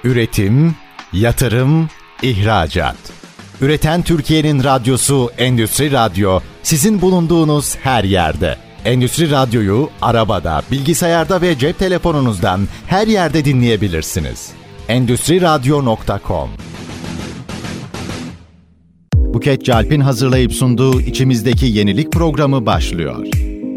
Üretim, yatırım, ihracat. Üreten Türkiye'nin radyosu Endüstri Radyo, sizin bulunduğunuz her yerde. Endüstri Radyo'yu arabada, bilgisayarda ve cep telefonunuzdan her yerde dinleyebilirsiniz. Endüstriradyo.com. Buket Calp'in hazırlayıp sunduğu İçimizdeki Yenilik programı başlıyor.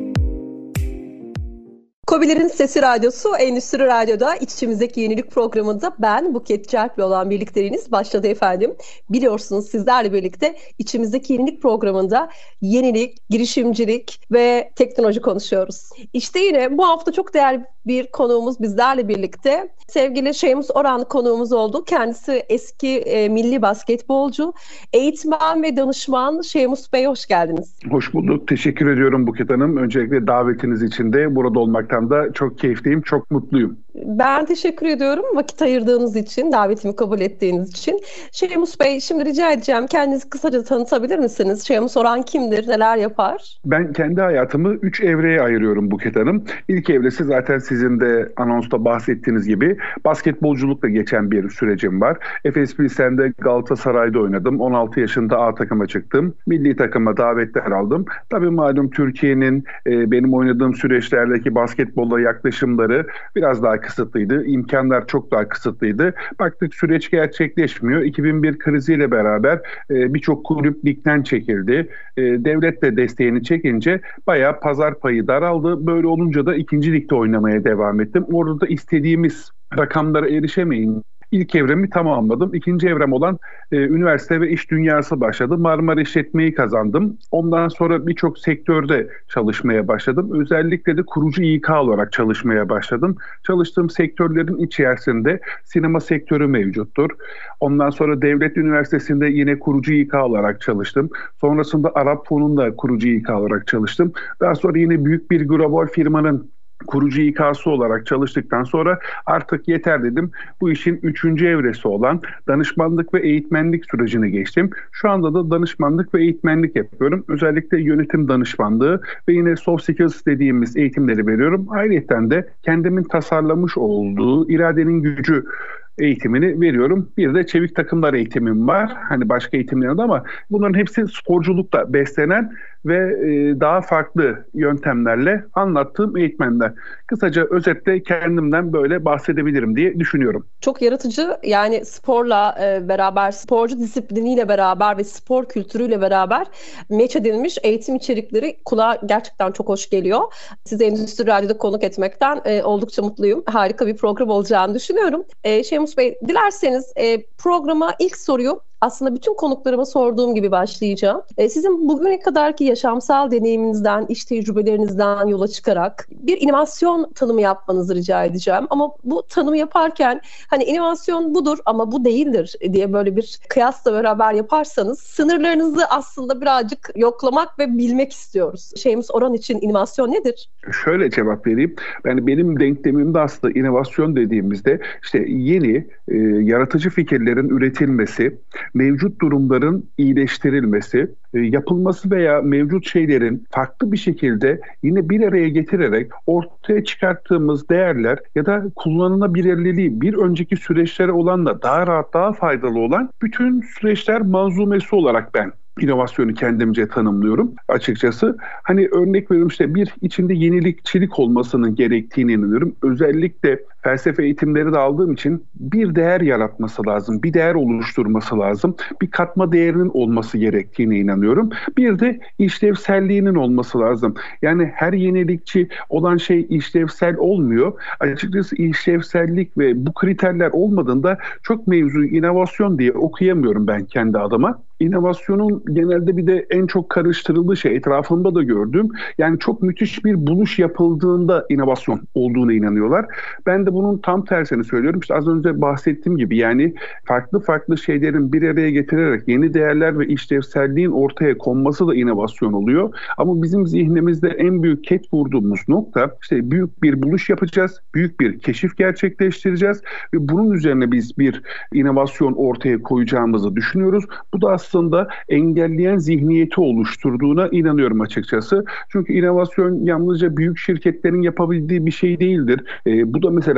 KOBİ'lerin Sesi Radyosu, Endüstri Radyo'da İçimizdeki Yenilik programında ben Buket Calp'le olan birlikteliğiniz başladı efendim. Biliyorsunuz sizlerle birlikte İçimizdeki Yenilik programında yenilik, girişimcilik ve teknoloji konuşuyoruz. İşte yine bu hafta çok değerli bir konuğumuz bizlerle birlikte. Sevgili Şeymus Oran konuğumuz oldu. Kendisi eski milli basketbolcu, eğitmen ve danışman. Şeymus Bey, hoş geldiniz. Hoş bulduk. Teşekkür ediyorum Buket Hanım. Öncelikle davetiniz için de burada olmaktan da çok keyifliyim, çok mutluyum. Ben teşekkür ediyorum vakit ayırdığınız için, davetimi kabul ettiğiniz için. Şeymus Bey, şimdi rica edeceğim, kendinizi kısaca tanıtabilir misiniz? Şeymus Oran kimdir, neler yapar? Ben kendi hayatımı 3 evreye ayırıyorum Buket Hanım. İlk evresi zaten sizin de anonsta bahsettiğiniz gibi basketbolculukla geçen bir sürecim var. Efes Pilsen'de Galatasaray'da oynadım. 16 yaşında A takıma çıktım. Milli takıma davetler aldım. Tabii malum Türkiye'nin benim oynadığım süreçlerdeki basketbola yaklaşımları biraz daha kısıtlıydı. İmkanlar çok daha kısıtlıydı. Baktık süreç gerçekleşmiyor. 2001 kriziyle beraber birçok kulüp ligden çekildi. Devlet de desteğini çekince bayağı pazar payı daraldı. Böyle olunca da ikinci ligde oynamaya devam ettim. Orada da istediğimiz rakamlara erişemeyince İlk evremi tamamladım. İkinci evrem olan üniversite ve iş dünyası başladı. Marmara İşletmeyi kazandım. Ondan sonra birçok sektörde çalışmaya başladım. Özellikle de kurucu İK olarak çalışmaya başladım. Çalıştığım sektörlerin içerisinde sinema sektörü mevcuttur. Ondan sonra Devlet Üniversitesi'nde yine kurucu İK olarak çalıştım. Sonrasında Arap Fon'unda kurucu İK olarak çalıştım. Daha sonra yine büyük bir global firmanın kurucu İK'sı olarak çalıştıktan sonra artık yeter dedim. Bu işin 3. evresi olan danışmanlık ve eğitmenlik sürecine geçtim. Şu anda da danışmanlık ve eğitmenlik yapıyorum. Özellikle yönetim danışmanlığı ve yine soft skills dediğimiz eğitimleri veriyorum. Ayrıca de kendimin tasarlamış olduğu iradenin gücü eğitimini veriyorum. Bir de çevik takımlar eğitimim var. Hani başka eğitimlerim de ama bunların hepsi sporculukla beslenen ve daha farklı yöntemlerle anlattığım eğitmenler. Kısaca özetle kendimden böyle bahsedebilirim diye düşünüyorum. Çok yaratıcı, yani sporla beraber, sporcu disipliniyle beraber ve spor kültürüyle beraber meç edilmiş eğitim içerikleri kulağa gerçekten çok hoş geliyor. Sizi Endüstri Radyo'da konuk etmekten oldukça mutluyum. Harika bir program olacağını düşünüyorum. Şeymus Bey, dilerseniz programa ilk soruyu aslında bütün konuklarıma sorduğum gibi başlayacağım. Sizin bugüne kadarki yaşamsal deneyiminizden, iş tecrübelerinizden yola çıkarak bir inovasyon tanımı yapmanızı rica edeceğim. Ama bu tanımı yaparken hani inovasyon budur ama bu değildir diye böyle bir kıyasla beraber yaparsanız sınırlarınızı aslında birazcık yoklamak ve bilmek istiyoruz. Şeymus Oran için inovasyon nedir? Şöyle cevap vereyim. Yani benim denklemimde aslında inovasyon dediğimizde işte yeni, yaratıcı fikirlerin üretilmesi, mevcut durumların iyileştirilmesi, yapılması veya mevcut şeylerin farklı bir şekilde yine bir araya getirerek ortaya çıkarttığımız değerler ya da kullanılabilirliği bir önceki süreçlere olanla daha rahat, daha faydalı olan bütün süreçler manzumesi olarak ben inovasyonu kendimce tanımlıyorum açıkçası. Hani örnek veriyorum, işte bir içinde yenilikçilik olmasının gerektiğine inanıyorum. Özellikle felsefe eğitimleri de aldığım için bir değer yaratması lazım, bir değer oluşturması lazım, bir katma değerinin olması gerektiğine inanıyorum. Bir de işlevselliğinin olması lazım. Yani her yenilikçi olan şey işlevsel olmuyor. Açıkçası işlevsellik ve bu kriterler olmadığında çok mevzuyu inovasyon diye okuyamıyorum ben kendi adıma. İnovasyonun genelde bir de en çok karıştırıldığı şey, etrafımda da gördüğüm, yani çok müthiş bir buluş yapıldığında inovasyon olduğuna inanıyorlar. Ben de bunun tam tersini söylüyorum. İşte az önce bahsettiğim gibi, yani farklı farklı şeylerin bir araya getirerek yeni değerler ve işlevselliğin ortaya konması da inovasyon oluyor. Ama bizim zihnimizde en büyük ket vurduğumuz nokta, işte büyük bir buluş yapacağız, büyük bir keşif gerçekleştireceğiz ve bunun üzerine biz bir inovasyon ortaya koyacağımızı düşünüyoruz. Bu da aslında engelleyen zihniyeti oluşturduğuna inanıyorum açıkçası. Çünkü inovasyon yalnızca büyük şirketlerin yapabildiği bir şey değildir. Bu da mesela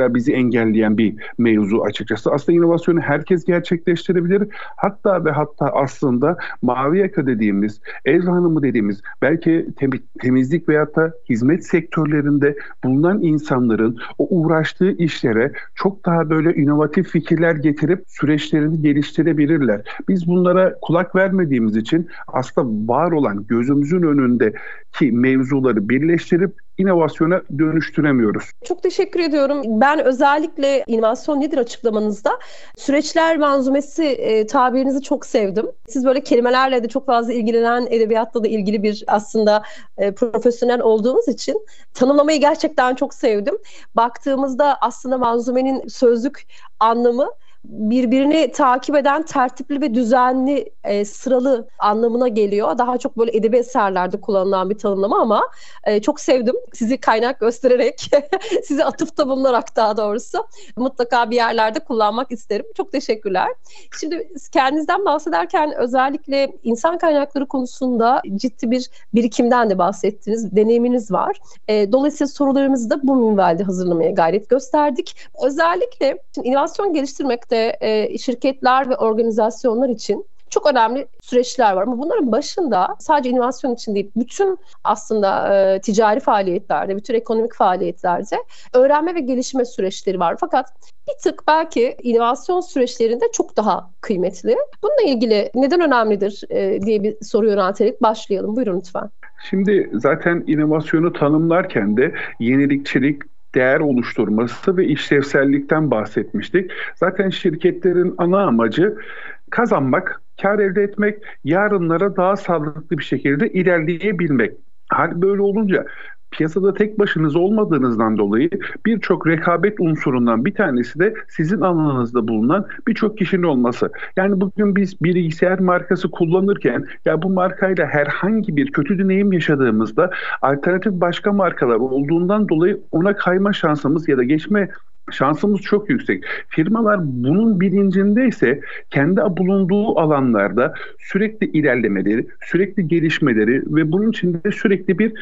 hala bizi engelleyen bir mevzu açıkçası. Aslında inovasyonu herkes gerçekleştirebilir. Hatta ve hatta aslında mavi yaka dediğimiz, ev hanımı dediğimiz, belki temizlik veyahut da hizmet sektörlerinde bulunan insanların o uğraştığı işlere çok daha böyle inovatif fikirler getirip süreçlerini geliştirebilirler. Biz bunlara kulak vermediğimiz için aslında var olan gözümüzün önündeki mevzuları birleştirip inovasyona dönüştüremiyoruz. Çok teşekkür ediyorum. Ben özellikle inovasyon nedir açıklamanızda süreçler manzumesi tabirinizi çok sevdim. Siz böyle kelimelerle de çok fazla ilgilenen, edebiyatla da ilgili bir aslında profesyonel olduğunuz için tanımlamayı gerçekten çok sevdim. Baktığımızda aslında manzumenin sözlük anlamı birbirini takip eden tertipli ve düzenli, sıralı anlamına geliyor. Daha çok böyle edebi eserlerde kullanılan bir tanımlama ama çok sevdim. Sizi kaynak göstererek, sizi atıfta bulunarak daha doğrusu mutlaka bir yerlerde kullanmak isterim. Çok teşekkürler. Şimdi kendinizden bahsederken özellikle insan kaynakları konusunda ciddi bir birikimden de bahsettiniz. Deneyiminiz var. Dolayısıyla sorularımızı da bu minvalde hazırlamaya gayret gösterdik. Özellikle inovasyon geliştirmek şirketler ve organizasyonlar için çok önemli süreçler var. Ama bunların başında sadece inovasyon için değil, bütün aslında ticari faaliyetlerde, bütün ekonomik faaliyetlerde öğrenme ve gelişme süreçleri var. Fakat bir tık belki inovasyon süreçlerinde çok daha kıymetli. Bununla ilgili neden önemlidir diye bir soru yönelterek başlayalım. Buyurun lütfen. Şimdi zaten inovasyonu tanımlarken de yenilikçilik, değer oluşturması ve işlevsellikten bahsetmiştik. Zaten şirketlerin ana amacı kazanmak, kar elde etmek, yarınlara daha sağlıklı bir şekilde ilerleyebilmek. Hal böyle olunca piyasada tek başınız olmadığınızdan dolayı birçok rekabet unsurundan bir tanesi de sizin alanınızda bulunan birçok kişinin olması. Yani bugün biz bilgisayar markası kullanırken ya bu markayla herhangi bir kötü deneyim yaşadığımızda alternatif başka markalar olduğundan dolayı ona kayma şansımız ya da geçme şansımız çok yüksek. Firmalar bunun bilincindeyse kendi bulunduğu alanlarda sürekli ilerlemeleri, sürekli gelişmeleri ve bunun içinde sürekli bir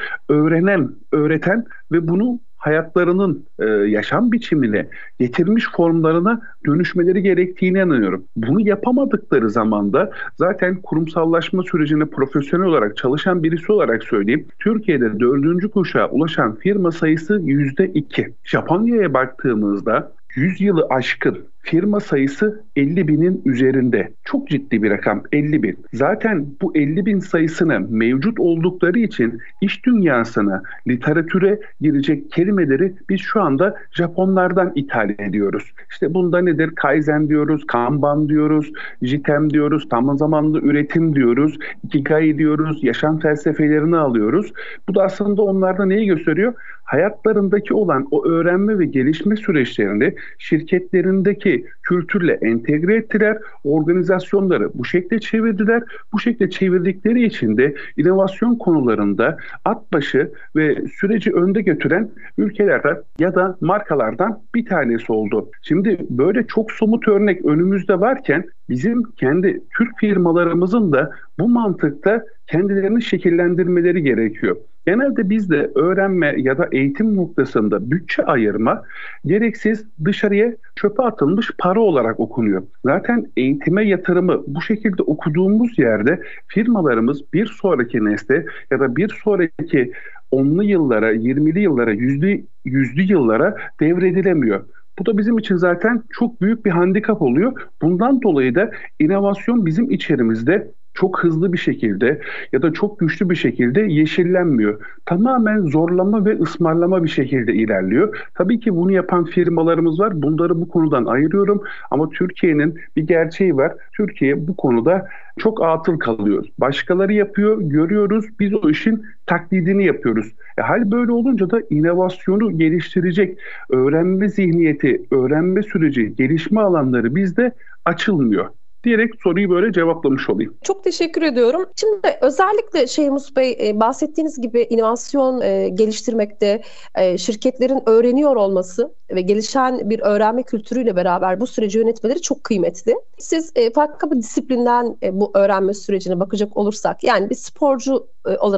öğreten ve bunu hayatlarının yaşam biçimine, getirmiş formlarına dönüşmeleri gerektiğine inanıyorum. Bunu yapamadıkları zaman da zaten kurumsallaşma sürecine profesyonel olarak çalışan birisi olarak söyleyeyim. Türkiye'de 4. kuşağa ulaşan firma sayısı %2. Japonya'ya baktığımızda 100 yılı aşkın firma sayısı 50.000'in üzerinde. Çok ciddi bir rakam, 50.000. Zaten bu 50.000 sayısına mevcut oldukları için iş dünyasına, literatüre girecek kelimeleri biz şu anda Japonlardan ithal ediyoruz. İşte bunda nedir? Kaizen diyoruz, Kanban diyoruz, Jitem diyoruz, tam zamanlı üretim diyoruz, Ikigai diyoruz, yaşam felsefelerini alıyoruz. Bu da aslında onlarda neyi gösteriyor? Hayatlarındaki olan o öğrenme ve gelişme süreçlerini şirketlerindeki kültürle entegre ettiler, organizasyonları bu şekilde çevirdiler. Bu şekilde çevirdikleri için de inovasyon konularında at başı ve süreci önde götüren ülkelerden ya da markalardan bir tanesi oldu. Şimdi böyle çok somut örnek önümüzde varken bizim kendi Türk firmalarımızın da bu mantıkta kendilerini şekillendirmeleri gerekiyor. Genelde bizde öğrenme ya da eğitim noktasında bütçe ayırma gereksiz dışarıya çöpe atılmış para olarak okunuyor. Zaten eğitime yatırımı bu şekilde okuduğumuz yerde firmalarımız bir sonraki nesle ya da bir sonraki 10'lu yıllara, 20'li yıllara, yüzlü yıllara devredilemiyor. Bu da bizim için zaten çok büyük bir handikap oluyor. Bundan dolayı da inovasyon bizim içerimizde çok hızlı bir şekilde ya da çok güçlü bir şekilde yeşillenmiyor. Tamamen zorlama ve ısmarlama bir şekilde ilerliyor. Tabii ki bunu yapan firmalarımız var. Bunları bu konudan ayırıyorum. Ama Türkiye'nin bir gerçeği var. Türkiye bu konuda çok atıl kalıyor. Başkaları yapıyor, görüyoruz. Biz o işin taklidini yapıyoruz. Hal böyle olunca da inovasyonu geliştirecek öğrenme zihniyeti, öğrenme süreci, gelişme alanları bizde açılmıyor diyerek soruyu böyle cevaplamış olayım. Çok teşekkür ediyorum. Şimdi özellikle Şeymus Bey bahsettiğiniz gibi inovasyon geliştirmekte şirketlerin öğreniyor olması ve gelişen bir öğrenme kültürüyle beraber bu süreci yönetmeleri çok kıymetli. Siz farklı bir disiplinden bu öğrenme sürecine bakacak olursak, yani bir sporcu olarak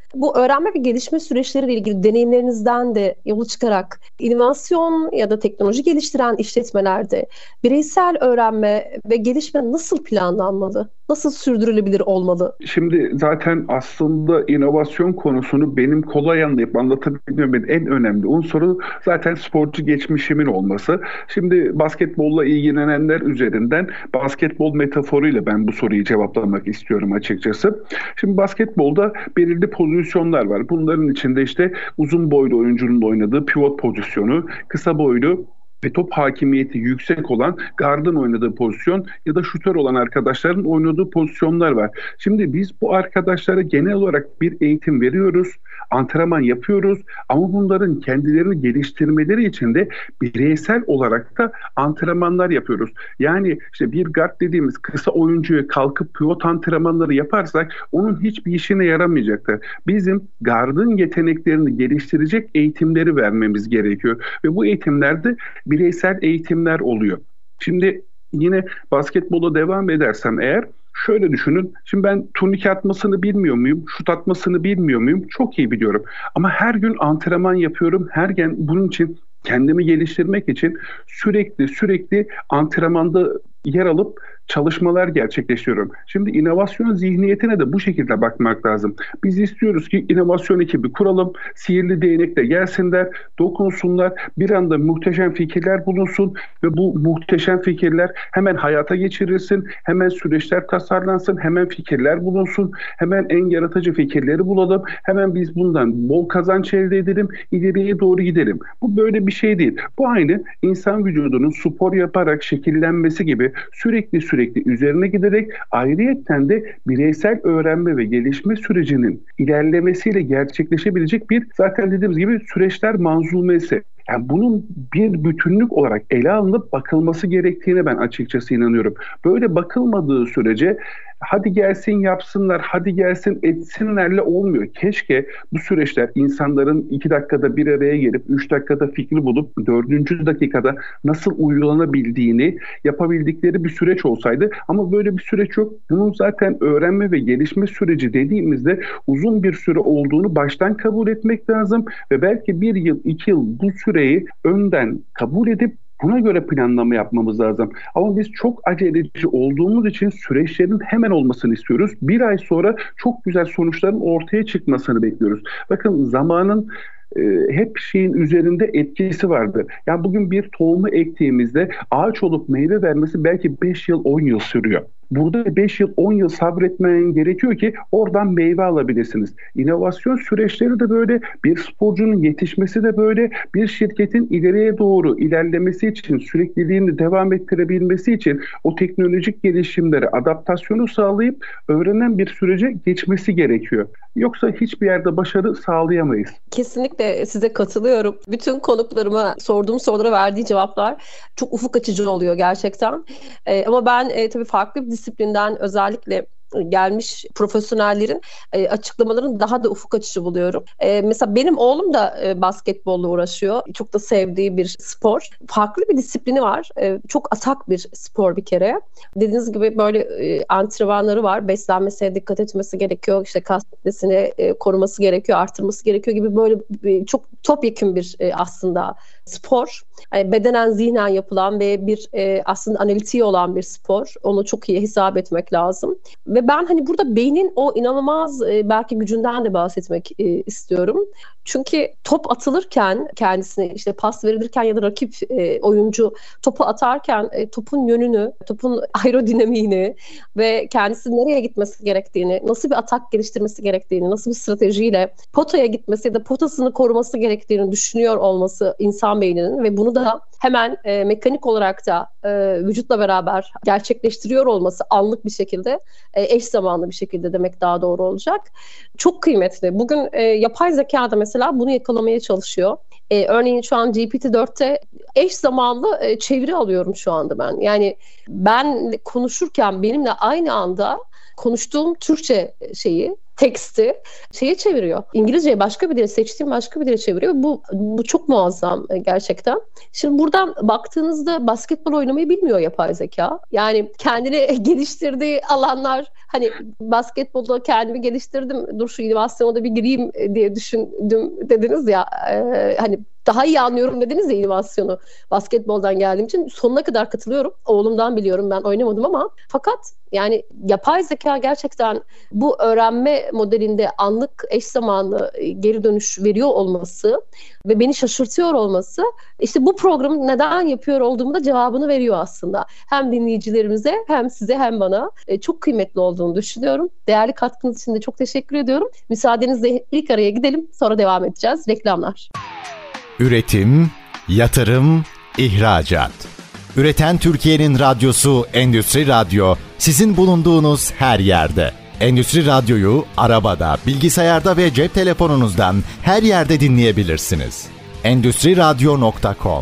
Bu öğrenme ve gelişme süreçleriyle ilgili deneyimlerinizden de yola çıkarak inovasyon ya da teknoloji geliştiren işletmelerde bireysel öğrenme ve gelişme nasıl planlanmalı? Nasıl sürdürülebilir olmalı? Şimdi zaten aslında inovasyon konusunu benim kolay anlayıp anlatabilmemin en önemli unsuru zaten sporcu geçmişimin olması. Şimdi basketbolla ilgilenenler üzerinden basketbol metaforuyla ben bu soruyu cevaplamak istiyorum açıkçası. Şimdi basketbolda belirli pozisyonlar var. Bunların içinde işte uzun boylu oyuncunun oynadığı pivot pozisyonu, kısa boylu ve top hakimiyeti yüksek olan gardın oynadığı pozisyon ya da şutör olan arkadaşların oynadığı pozisyonlar var. Şimdi biz bu arkadaşlara genel olarak bir eğitim veriyoruz, antrenman yapıyoruz ama bunların kendilerini geliştirmeleri için de bireysel olarak da antrenmanlar yapıyoruz. Yani işte bir guard dediğimiz kısa oyuncuya kalkıp pivot antrenmanları yaparsak onun hiçbir işine yaramayacaktır. Bizim gardın yeteneklerini geliştirecek eğitimleri vermemiz gerekiyor ve bu eğitimlerde bireysel eğitimler oluyor. Şimdi yine basketbola devam edersem eğer şöyle düşünün. Şimdi ben turnike atmasını bilmiyor muyum? Şut atmasını bilmiyor muyum? Çok iyi biliyorum. Ama her gün antrenman yapıyorum. Her gün bunun için kendimi geliştirmek için sürekli antrenmanda yer alıp çalışmalar gerçekleştiriyorum. Şimdi inovasyon zihniyetine de bu şekilde bakmak lazım. Biz istiyoruz ki inovasyon ekibi kuralım, sihirli değnekle gelsinler, dokunsunlar, bir anda muhteşem fikirler bulunsun ve bu muhteşem fikirler hemen hayata geçirilsin, hemen süreçler tasarlansın, hemen fikirler bulunsun, hemen en yaratıcı fikirleri bulalım, hemen biz bundan bol kazanç elde edelim, ileriye doğru gidelim. Bu böyle bir şey değil. Bu aynı insan vücudunun spor yaparak şekillenmesi gibi sürekli üzerine giderek ayrıyetten de bireysel öğrenme ve gelişme sürecinin ilerlemesiyle gerçekleşebilecek bir zaten dediğimiz gibi süreçler manzumesi. Yani bunun bir bütünlük olarak ele alınıp bakılması gerektiğine ben açıkçası inanıyorum. Böyle bakılmadığı sürece hadi gelsin yapsınlar, hadi gelsin etsinlerle olmuyor. Keşke bu süreçler insanların 2 dakikada bir araya gelip 3 dakikada fikri bulup 4. dakikada nasıl uygulanabildiğini yapabildikleri bir süreç olsaydı. Ama böyle bir süreç yok. Bunun zaten öğrenme ve gelişme süreci dediğimizde uzun bir süre olduğunu baştan kabul etmek lazım ve belki 1 yıl, 2 yıl bu süreyi önden kabul edip buna göre planlama yapmamız lazım. Ama biz çok aceleci olduğumuz için süreçlerin hemen olmasını istiyoruz. 1 ay sonra çok güzel sonuçların ortaya çıkmasını bekliyoruz. Bakın zamanın hep şeyin üzerinde etkisi vardır. Yani bugün bir tohumu ektiğimizde ağaç olup meyve vermesi belki 5 yıl 10 yıl sürüyor. Burada 5 yıl 10 yıl sabretmen gerekiyor ki oradan meyve alabilirsiniz. İnovasyon süreçleri de böyle, bir sporcunun yetişmesi de böyle, bir şirketin ileriye doğru ilerlemesi için, sürekliliğini devam ettirebilmesi için o teknolojik gelişimlere adaptasyonu sağlayıp öğrenen bir sürece geçmesi gerekiyor. Yoksa hiçbir yerde başarı sağlayamayız. Kesinlikle size katılıyorum. Bütün konuklarıma sorduğum sorulara verdiği cevaplar çok ufuk açıcı oluyor gerçekten. Ama ben tabii farklı bir disiplinden özellikle gelmiş profesyonellerin açıklamalarını daha da ufuk açıcı buluyorum. Mesela benim oğlum da basketbolla uğraşıyor. Çok da sevdiği bir spor. Farklı bir disiplini var. Çok atak bir spor bir kere. Dediğiniz gibi böyle antrenmanları var. Beslenmesine dikkat etmesi gerekiyor. İşte kas kütlesini koruması gerekiyor, arttırması gerekiyor gibi böyle çok topyekün bir aslında spor. Bedenen, zihnen yapılan ve bir aslında analitiği olan bir spor. Onu çok iyi hesap etmek lazım. Ve ben hani burada beynin o inanılmaz belki gücünden de bahsetmek istiyorum. Çünkü top atılırken kendisine işte pas verilirken ya da rakip oyuncu topu atarken topun yönünü, topun aerodinamiğini ve kendisi nereye gitmesi gerektiğini, nasıl bir atak geliştirmesi gerektiğini, nasıl bir stratejiyle potaya gitmesi ya da potasını koruması gerektiğini düşünüyor olması insan beyninin ve bunu da hemen mekanik olarak da vücutla beraber gerçekleştiriyor olması anlık bir şekilde, eş zamanlı bir şekilde demek daha doğru olacak. Çok kıymetli. Bugün yapay zeka da mesela bunu yakalamaya çalışıyor. Örneğin şu an GPT-4'te eş zamanlı çeviri alıyorum şu anda ben. Yani ben konuşurken benimle aynı anda konuştuğum Türkçe teksti çeviriyor. İngilizce'ye başka bir dile, seçtiğim başka bir dile çeviriyor. Bu çok muazzam gerçekten. Şimdi buradan baktığınızda basketbol oynamayı bilmiyor yapay zeka. Yani kendini geliştirdiği alanlar, hani basketbolda kendimi geliştirdim, dur şu inovasyona da bir gireyim diye düşündüm dediniz ya, hani daha iyi anlıyorum dediniz ya inovasyonu basketboldan geldiğim için. Sonuna kadar katılıyorum. Oğlumdan biliyorum, ben oynamadım ama fakat yani yapay zeka gerçekten bu öğrenme modelinde anlık, eş zamanlı geri dönüş veriyor olması ve beni şaşırtıyor olması, işte bu programı neden yapıyor olduğumu da cevabını veriyor aslında. Hem dinleyicilerimize, hem size, hem bana çok kıymetli olduğunu düşünüyorum. Değerli katkınız için de çok teşekkür ediyorum. Müsaadenizle ilk araya gidelim, sonra devam edeceğiz. Reklamlar. Üretim, yatırım, ihracat. Üreten Türkiye'nin radyosu Endüstri Radyo, sizin bulunduğunuz her yerde. Endüstri Radyo'yu arabada, bilgisayarda ve cep telefonunuzdan her yerde dinleyebilirsiniz. Endüstriradyo.com.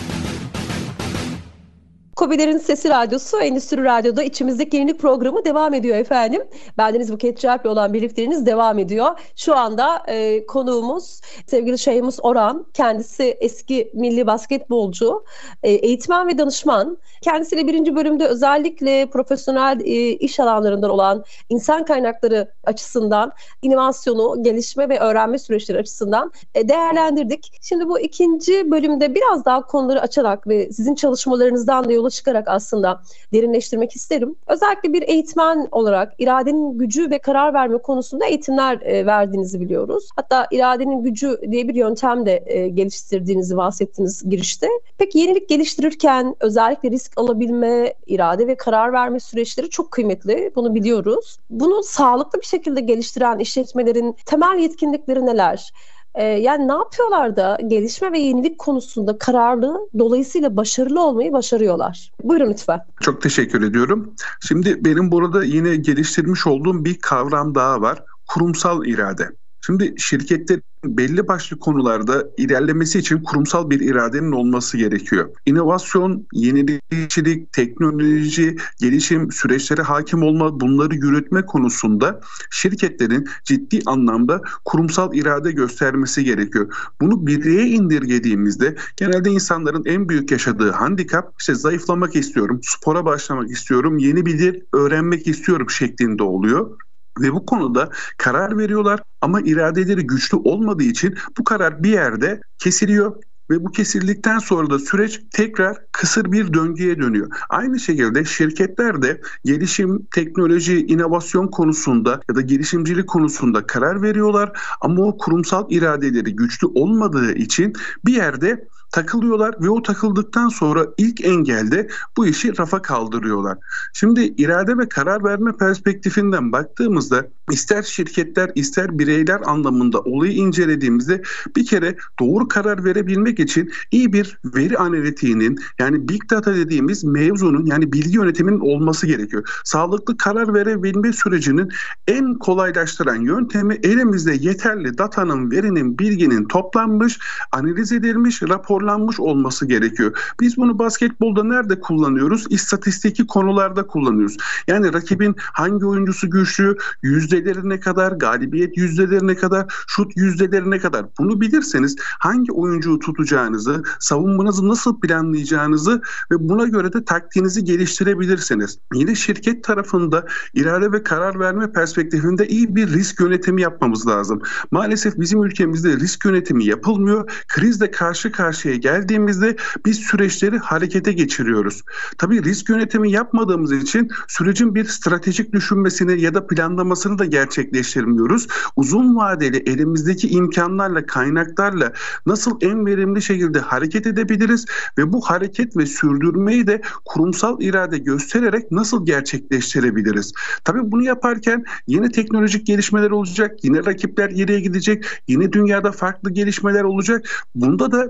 KOBİ'lerin Sesi Radyosu, Endüstri Radyo'da içimizdeki yenilik programı devam ediyor efendim. Bendeniz Buket Çarp'le olan birlikteliğiniz devam ediyor. Şu anda konuğumuz sevgili Şeymus Oran. Kendisi eski milli basketbolcu, eğitmen ve danışman. Kendisiyle 1. bölümde özellikle profesyonel iş alanlarından olan insan kaynakları açısından, inovasyonu, gelişme ve öğrenme süreçleri açısından değerlendirdik. Şimdi bu 2. bölümde biraz daha konuları açarak ve sizin çalışmalarınızdan da yola çıkarak aslında derinleştirmek isterim. Özellikle bir eğitmen olarak iradenin gücü ve karar verme konusunda eğitimler verdiğinizi biliyoruz. Hatta iradenin gücü diye bir yöntem de geliştirdiğinizi bahsettiniz girişte. Peki yenilik geliştirirken özellikle risk alabilme, irade ve karar verme süreçleri çok kıymetli. Bunu biliyoruz. Bunu sağlıklı bir şekilde geliştiren işletmelerin temel yetkinlikleri neler? Yani ne yapıyorlar da gelişme ve yenilik konusunda kararlı, dolayısıyla başarılı olmayı başarıyorlar? Buyurun lütfen. Çok teşekkür ediyorum. Şimdi benim burada yine geliştirmiş olduğum bir kavram daha var. Kurumsal irade. Şimdi şirketlerin belli başlı konularda ilerlemesi için kurumsal bir iradenin olması gerekiyor. İnovasyon, yenilikçilik, teknoloji, gelişim, süreçlere hakim olma, bunları yürütme konusunda şirketlerin ciddi anlamda kurumsal irade göstermesi gerekiyor. Bunu bireye indirgediğimizde genelde insanların en büyük yaşadığı handikap, işte zayıflamak istiyorum, spora başlamak istiyorum, yeni bir dil öğrenmek istiyorum şeklinde oluyor. Ve bu konuda karar veriyorlar ama iradeleri güçlü olmadığı için bu karar bir yerde kesiliyor ve bu kesildikten sonra da süreç tekrar kısır bir döngüye dönüyor. Aynı şekilde şirketler de gelişim, teknoloji, inovasyon konusunda ya da girişimcilik konusunda karar veriyorlar ama o kurumsal iradeleri güçlü olmadığı için bir yerde takılıyorlar ve o takıldıktan sonra ilk engelde bu işi rafa kaldırıyorlar. Şimdi irade ve karar verme perspektifinden baktığımızda ister şirketler ister bireyler anlamında olayı incelediğimizde bir kere doğru karar verebilmek için iyi bir veri analitiğinin, yani Big Data dediğimiz mevzunun, yani bilgi yönetiminin olması gerekiyor. Sağlıklı karar verebilme sürecinin en kolaylaştıran yöntemi elimizde yeterli datanın, verinin, bilginin toplanmış, analiz edilmiş, raporlanmış olması gerekiyor. Biz bunu basketbolda nerede kullanıyoruz? İstatistiki konularda kullanıyoruz. Yani rakibin hangi oyuncusu güçlü, yüzdeleri ne kadar, galibiyet yüzdeleri ne kadar, şut yüzdeleri ne kadar, bunu bilirseniz hangi oyuncuyu tutacağınızı, savunmanızı nasıl planlayacağınızı ve buna göre de taktiğinizi geliştirebilirsiniz. Yine şirket tarafında irade ve karar verme perspektifinde iyi bir risk yönetimi yapmamız lazım. Maalesef bizim ülkemizde risk yönetimi yapılmıyor. Krizle karşı karşıya geldiğimizde biz süreçleri harekete geçiriyoruz. Tabii risk yönetimi yapmadığımız için sürecin bir stratejik düşünmesini ya da planlamasını da gerçekleştirmiyoruz. Uzun vadeli elimizdeki imkanlarla, kaynaklarla nasıl en verimli şekilde hareket edebiliriz ve bu hareket ve sürdürmeyi de kurumsal irade göstererek nasıl gerçekleştirebiliriz? Tabii bunu yaparken yeni teknolojik gelişmeler olacak, yine rakipler geriye gidecek, yine dünyada farklı gelişmeler olacak. Bunda da bizim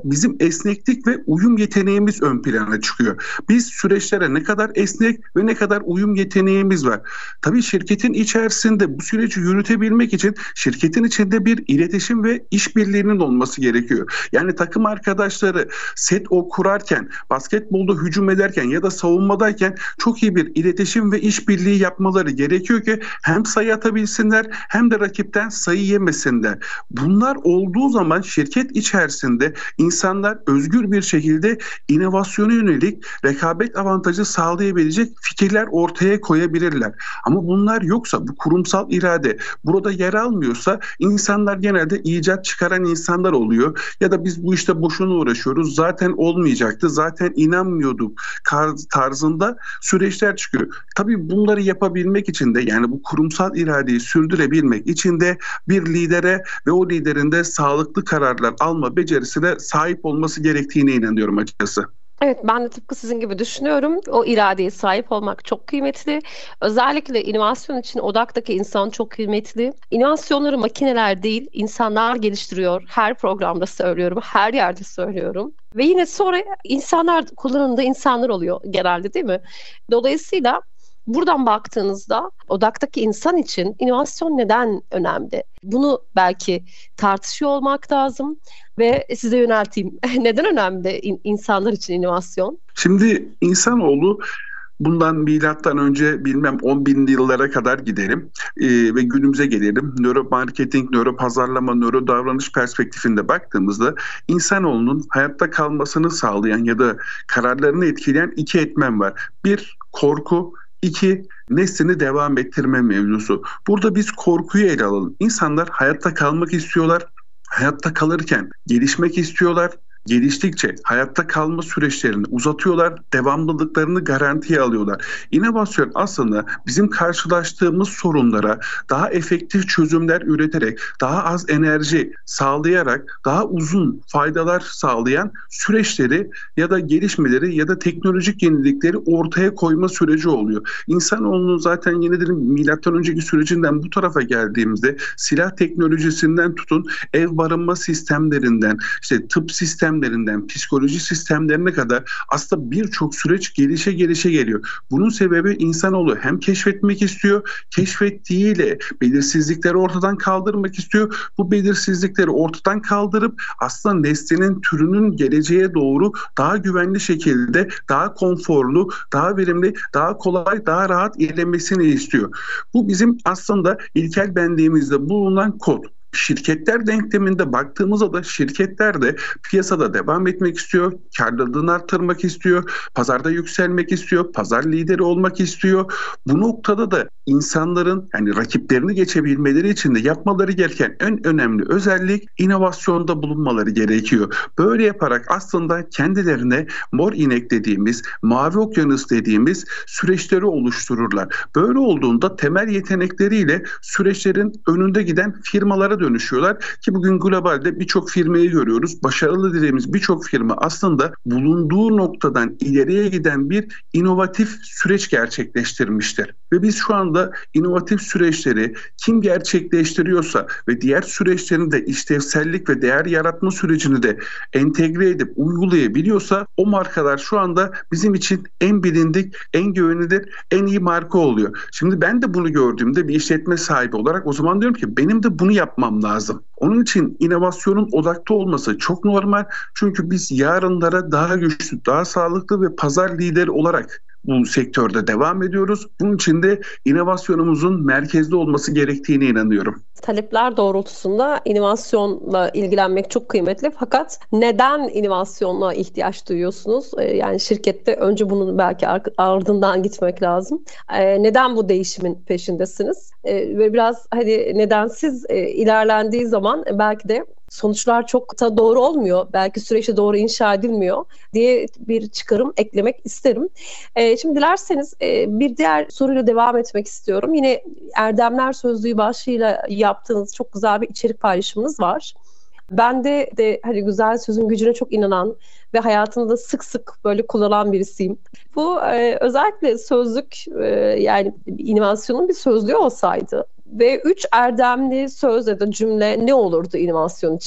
esneklik ve uyum yeteneğimiz ön plana çıkıyor. Biz süreçlere ne kadar esnek ve ne kadar uyum yeteneğimiz var. Tabii şirketin içerisinde bu süreci yürütebilmek için şirketin içinde bir iletişim ve işbirliğinin olması gerekiyor. Yani takım arkadaşları set o kurarken, basketbolda hücum ederken ya da savunmadayken çok iyi bir iletişim ve işbirliği yapmaları gerekiyor ki hem sayı atabilsinler hem de rakipten sayı yemesinler. Bunlar olduğu zaman şirket içerisinde insanlar özgür bir şekilde inovasyona yönelik rekabet avantajı sağlayabilecek fikirler ortaya koyabilirler. Ama bunlar yoksa, bu kurumsal irade burada yer almıyorsa insanlar genelde icat çıkaran insanlar oluyor. Ya da biz bu işte boşuna uğraşıyoruz, zaten olmayacaktı, zaten inanmıyorduk tarzında süreçler çıkıyor. Tabii bunları yapabilmek için de, yani bu kurumsal iradeyi sürdürebilmek için de bir lidere ve o liderin de sağlıklı kararlar alma becerisine sahip olması gerektiğine inanıyorum açıkçası. Evet, ben de tıpkı sizin gibi düşünüyorum. O iradeye sahip olmak çok kıymetli. Özellikle inovasyon için odaktaki insan çok kıymetli. İnovasyonları makineler değil, insanlar geliştiriyor. Her programda söylüyorum, her yerde söylüyorum. Ve yine sonra insanlar kullanımda insanlar oluyor genelde, değil mi? Dolayısıyla buradan baktığınızda odaktaki insan için inovasyon neden önemli? Bunu belki tartışıyor olmak lazım ve size yönelteyim. Neden önemli insanlar için inovasyon? Şimdi insanoğlu bundan milattan önce bilmem 10.000'li yıllara kadar gidelim ve günümüze gelelim. Nöromarketing, nöropazarlama, nöro davranış perspektifinde baktığımızda insanoğlunun hayatta kalmasını sağlayan ya da kararlarını etkileyen iki etmen var. Bir, korku. İki, neslini devam ettirme mevzusu. Burada biz korkuyu ele alalım. İnsanlar hayatta kalmak istiyorlar. Hayatta kalırken gelişmek istiyorlar. Geliştikçe hayatta kalma süreçlerini uzatıyorlar, devamlılıklarını garantiye alıyorlar. İnovasyon aslında bizim karşılaştığımız sorunlara daha efektif çözümler üreterek, daha az enerji sağlayarak, daha uzun faydalar sağlayan süreçleri ya da gelişmeleri ya da teknolojik yenilikleri ortaya koyma süreci oluyor. İnsanoğlunun zaten yeniden milattan önceki sürecinden bu tarafa geldiğimizde silah teknolojisinden tutun, ev barınma sistemlerinden, işte tıp sistemlerinden, psikoloji sistemlerine kadar aslında birçok süreç gelişe geliyor. Bunun sebebi insanoğlu hem keşfetmek istiyor, keşfettiğiyle belirsizlikleri ortadan kaldırmak istiyor. Bu belirsizlikleri ortadan kaldırıp aslında neslinin, türünün geleceğe doğru daha güvenli şekilde, daha konforlu, daha verimli, daha kolay, daha rahat ilerlemesini istiyor. Bu bizim aslında ilkel benliğimizde bulunan kod. Şirketler denkleminde baktığımızda da şirketler de piyasada devam etmek istiyor, karlılığını arttırmak istiyor, pazarda yükselmek istiyor, pazar lideri olmak istiyor. Bu noktada da insanların, yani rakiplerini geçebilmeleri için de yapmaları gereken en önemli özellik inovasyonda bulunmaları gerekiyor. Böyle yaparak aslında kendilerine mor inek dediğimiz, mavi okyanus dediğimiz süreçleri oluştururlar. Böyle olduğunda temel yetenekleriyle süreçlerin önünde giden firmalara dönüşüyorlar ki bugün globalde birçok firmayı görüyoruz. Başarılı dediğimiz birçok firma aslında bulunduğu noktadan ileriye giden bir inovatif süreç gerçekleştirmiştir. Ve biz şu anda inovatif süreçleri kim gerçekleştiriyorsa ve diğer süreçlerin de işlevsellik ve değer yaratma sürecini de entegre edip uygulayabiliyorsa o markalar şu anda bizim için en bilindik, en güvenilir, en iyi marka oluyor. Şimdi ben de bunu gördüğümde bir işletme sahibi olarak o zaman diyorum ki benim de bunu yapmam lazım. Onun için inovasyonun odakta olması çok normal. Çünkü biz yarınlara daha güçlü, daha sağlıklı ve pazar lideri olarak bu sektörde devam ediyoruz. Bunun için de inovasyonumuzun merkezde olması gerektiğine inanıyorum. Talepler doğrultusunda inovasyonla ilgilenmek çok kıymetli. Fakat neden inovasyonla ihtiyaç duyuyorsunuz? Yani şirkette önce bunun belki ardından gitmek lazım. Neden bu değişimin peşindesiniz? Ve biraz nedensiz ilerlendiği zaman belki de sonuçlar çok da doğru olmuyor. Belki süreçte doğru inşa edilmiyor diye bir çıkarım eklemek isterim. Şimdi dilerseniz bir diğer soruyla devam etmek istiyorum. Yine Erdemler Sözlüğü başlığıyla yaptığınız çok güzel bir içerik paylaşımınız var. Ben de güzel sözün gücüne çok inanan ve hayatında sık sık böyle kullanan birisiyim. Bu özellikle sözlük yani inovasyonun bir sözlüğü olsaydı ve 3 erdemli söz ya da cümle ne olurdu inovasyon için?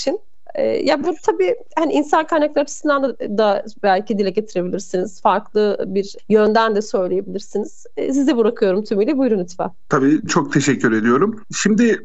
Ya bu tabii hani insan kaynakları açısından da belki dile getirebilirsiniz. Farklı bir yönden de söyleyebilirsiniz. Size bırakıyorum tümüyle. Buyurun lütfen. Tabii, çok teşekkür ediyorum. Şimdi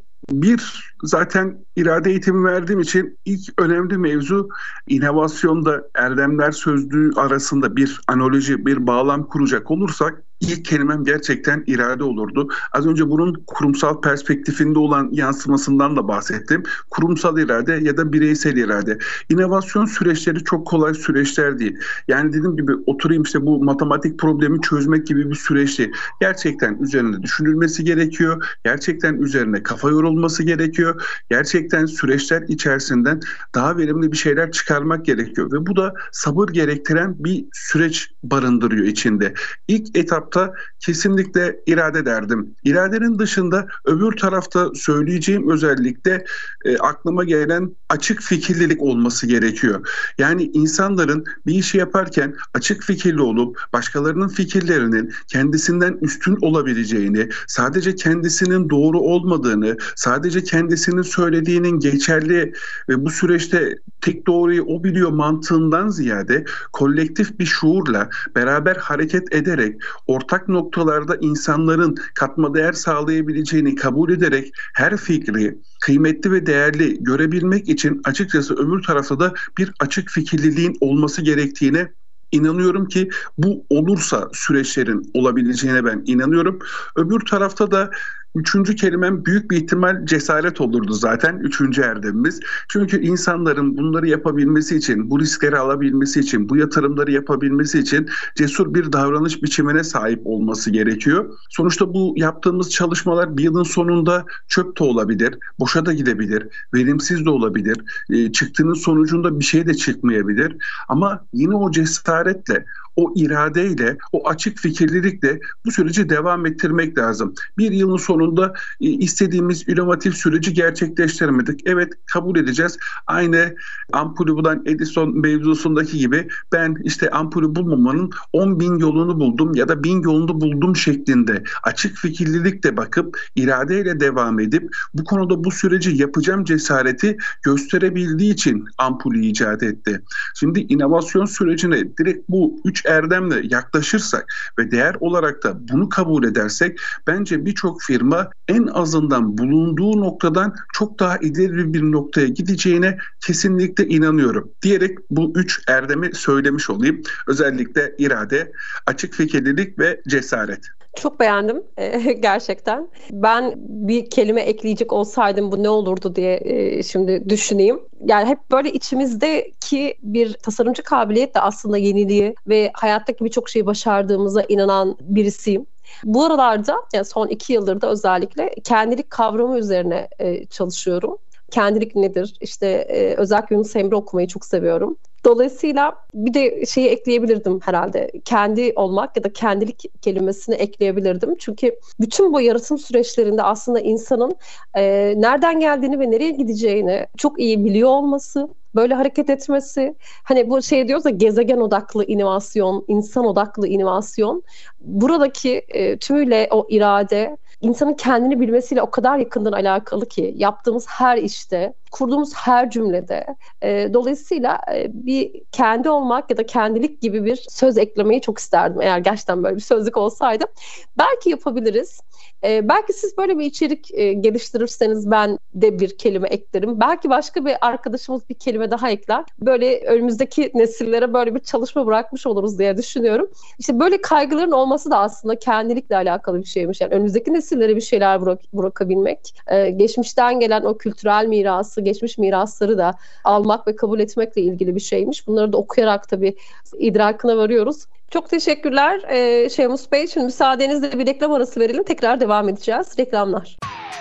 zaten irade eğitimi verdiğim için ilk önemli mevzu inovasyonda erdemler sözlüğü arasında bir analoji, bir bağlam kuracak olursak ilk kelimem gerçekten irade olurdu. Az önce bunun kurumsal perspektifinde olan yansımasından da bahsettim. Kurumsal irade ya da bireysel irade. İnovasyon süreçleri çok kolay süreçler değil. Yani dediğim gibi oturayım işte bu matematik problemi çözmek gibi bir süreç değil. Gerçekten üzerine düşünülmesi gerekiyor. Gerçekten üzerine kafa yorulması gerekiyor. Gerçekten süreçler içerisinden daha verimli bir şeyler çıkarmak gerekiyor. Ve bu da sabır gerektiren bir süreç barındırıyor içinde. İlk etapta kesinlikle irade derdim. İradenin dışında öbür tarafta söyleyeceğim özellikle aklıma gelen açık fikirlilik olması gerekiyor. Yani insanların bir işi yaparken açık fikirli olup başkalarının fikirlerinin kendisinden üstün olabileceğini, sadece kendisinin doğru olmadığını, sadece kendisinin söylediğinin geçerli ve bu süreçte tek doğruyu o biliyor mantığından ziyade kolektif bir şuurla beraber hareket ederek ortak noktalarda insanların katma değer sağlayabileceğini kabul ederek her fikri kıymetli ve değerli görebilmek için açıkçası öbür tarafta da bir açık fikirliliğin olması gerektiğine İnanıyorum ki bu olursa süreçlerin olabileceğine ben inanıyorum. Öbür tarafta da üçüncü kelimem büyük bir ihtimal cesaret olurdu zaten. Üçüncü erdemimiz. Çünkü insanların bunları yapabilmesi için, bu riskleri alabilmesi için, bu yatırımları yapabilmesi için cesur bir davranış biçimine sahip olması gerekiyor. Sonuçta bu yaptığımız çalışmalar bir yılın sonunda çöp de olabilir, boşa da gidebilir, verimsiz de olabilir. Çıktığının sonucunda bir şey de çıkmayabilir. Ama yine o cesaretle, o iradeyle, o açık fikirlilikle bu süreci devam ettirmek lazım. Bir yılın sonunda istediğimiz inovatif süreci gerçekleştiremedik. Evet, kabul edeceğiz. Aynı ampulü bulan Edison mevzusundaki gibi ben işte ampulü bulmamanın 10.000 yolunu buldum ya da 1000 yolunu buldum şeklinde açık fikirlilikle bakıp iradeyle devam edip bu konuda bu süreci yapacağım cesareti gösterebildiği için ampulü icat etti. Şimdi inovasyon sürecine direkt bu 3 erdemle yaklaşırsak ve değer olarak da bunu kabul edersek bence birçok firma en azından bulunduğu noktadan çok daha ileri bir noktaya gideceğine kesinlikle inanıyorum diyerek bu 3 erdemi söylemiş olayım. Özellikle irade, açık fikirlilik ve cesaret. Çok beğendim gerçekten. Ben bir kelime ekleyecek olsaydım bu ne olurdu diye şimdi düşüneyim. Yani hep böyle içimizdeki bir tasarımcı kabiliyetle aslında yeniliği ve hayattaki birçok şeyi başardığımıza inanan birisiyim. Bu aralarda yani son 2 yıldır da özellikle kendilik kavramı üzerine çalışıyorum. Kendilik nedir? İşte özellikle Yunus Emre okumayı çok seviyorum. Dolayısıyla bir de şeyi ekleyebilirdim herhalde. Kendi olmak ya da kendilik kelimesini ekleyebilirdim. Çünkü bütün bu yaratım süreçlerinde aslında insanın nereden geldiğini ve nereye gideceğini çok iyi biliyor olması, böyle hareket etmesi. Hani bu şey diyoruz ya, gezegen odaklı inovasyon, insan odaklı inovasyon. Buradaki tümüyle o irade, insanın kendini bilmesiyle o kadar yakından alakalı ki yaptığımız her işte, kurduğumuz her cümlede. Dolayısıyla bir kendi olmak ya da kendilik gibi bir söz eklemeyi çok isterdim. Eğer gerçekten böyle bir sözlük olsaydı. Belki yapabiliriz. Belki siz böyle bir içerik geliştirirseniz ben de bir kelime eklerim. Belki başka bir arkadaşımız bir kelime daha ekler. Böyle önümüzdeki nesillere böyle bir çalışma bırakmış oluruz diye düşünüyorum. İşte böyle kaygıların olması da aslında kendilikle alakalı bir şeymiş. Yani önümüzdeki nesillere bir şeyler bırakabilmek, geçmişten gelen o kültürel mirası, geçmiş mirasları da almak ve kabul etmekle ilgili bir şeymiş. Bunları da okuyarak tabii idrakına varıyoruz. Çok teşekkürler Şemus Bey. Şimdi müsaadenizle bir reklam arası verelim. Tekrar devam edeceğiz. Reklamlar.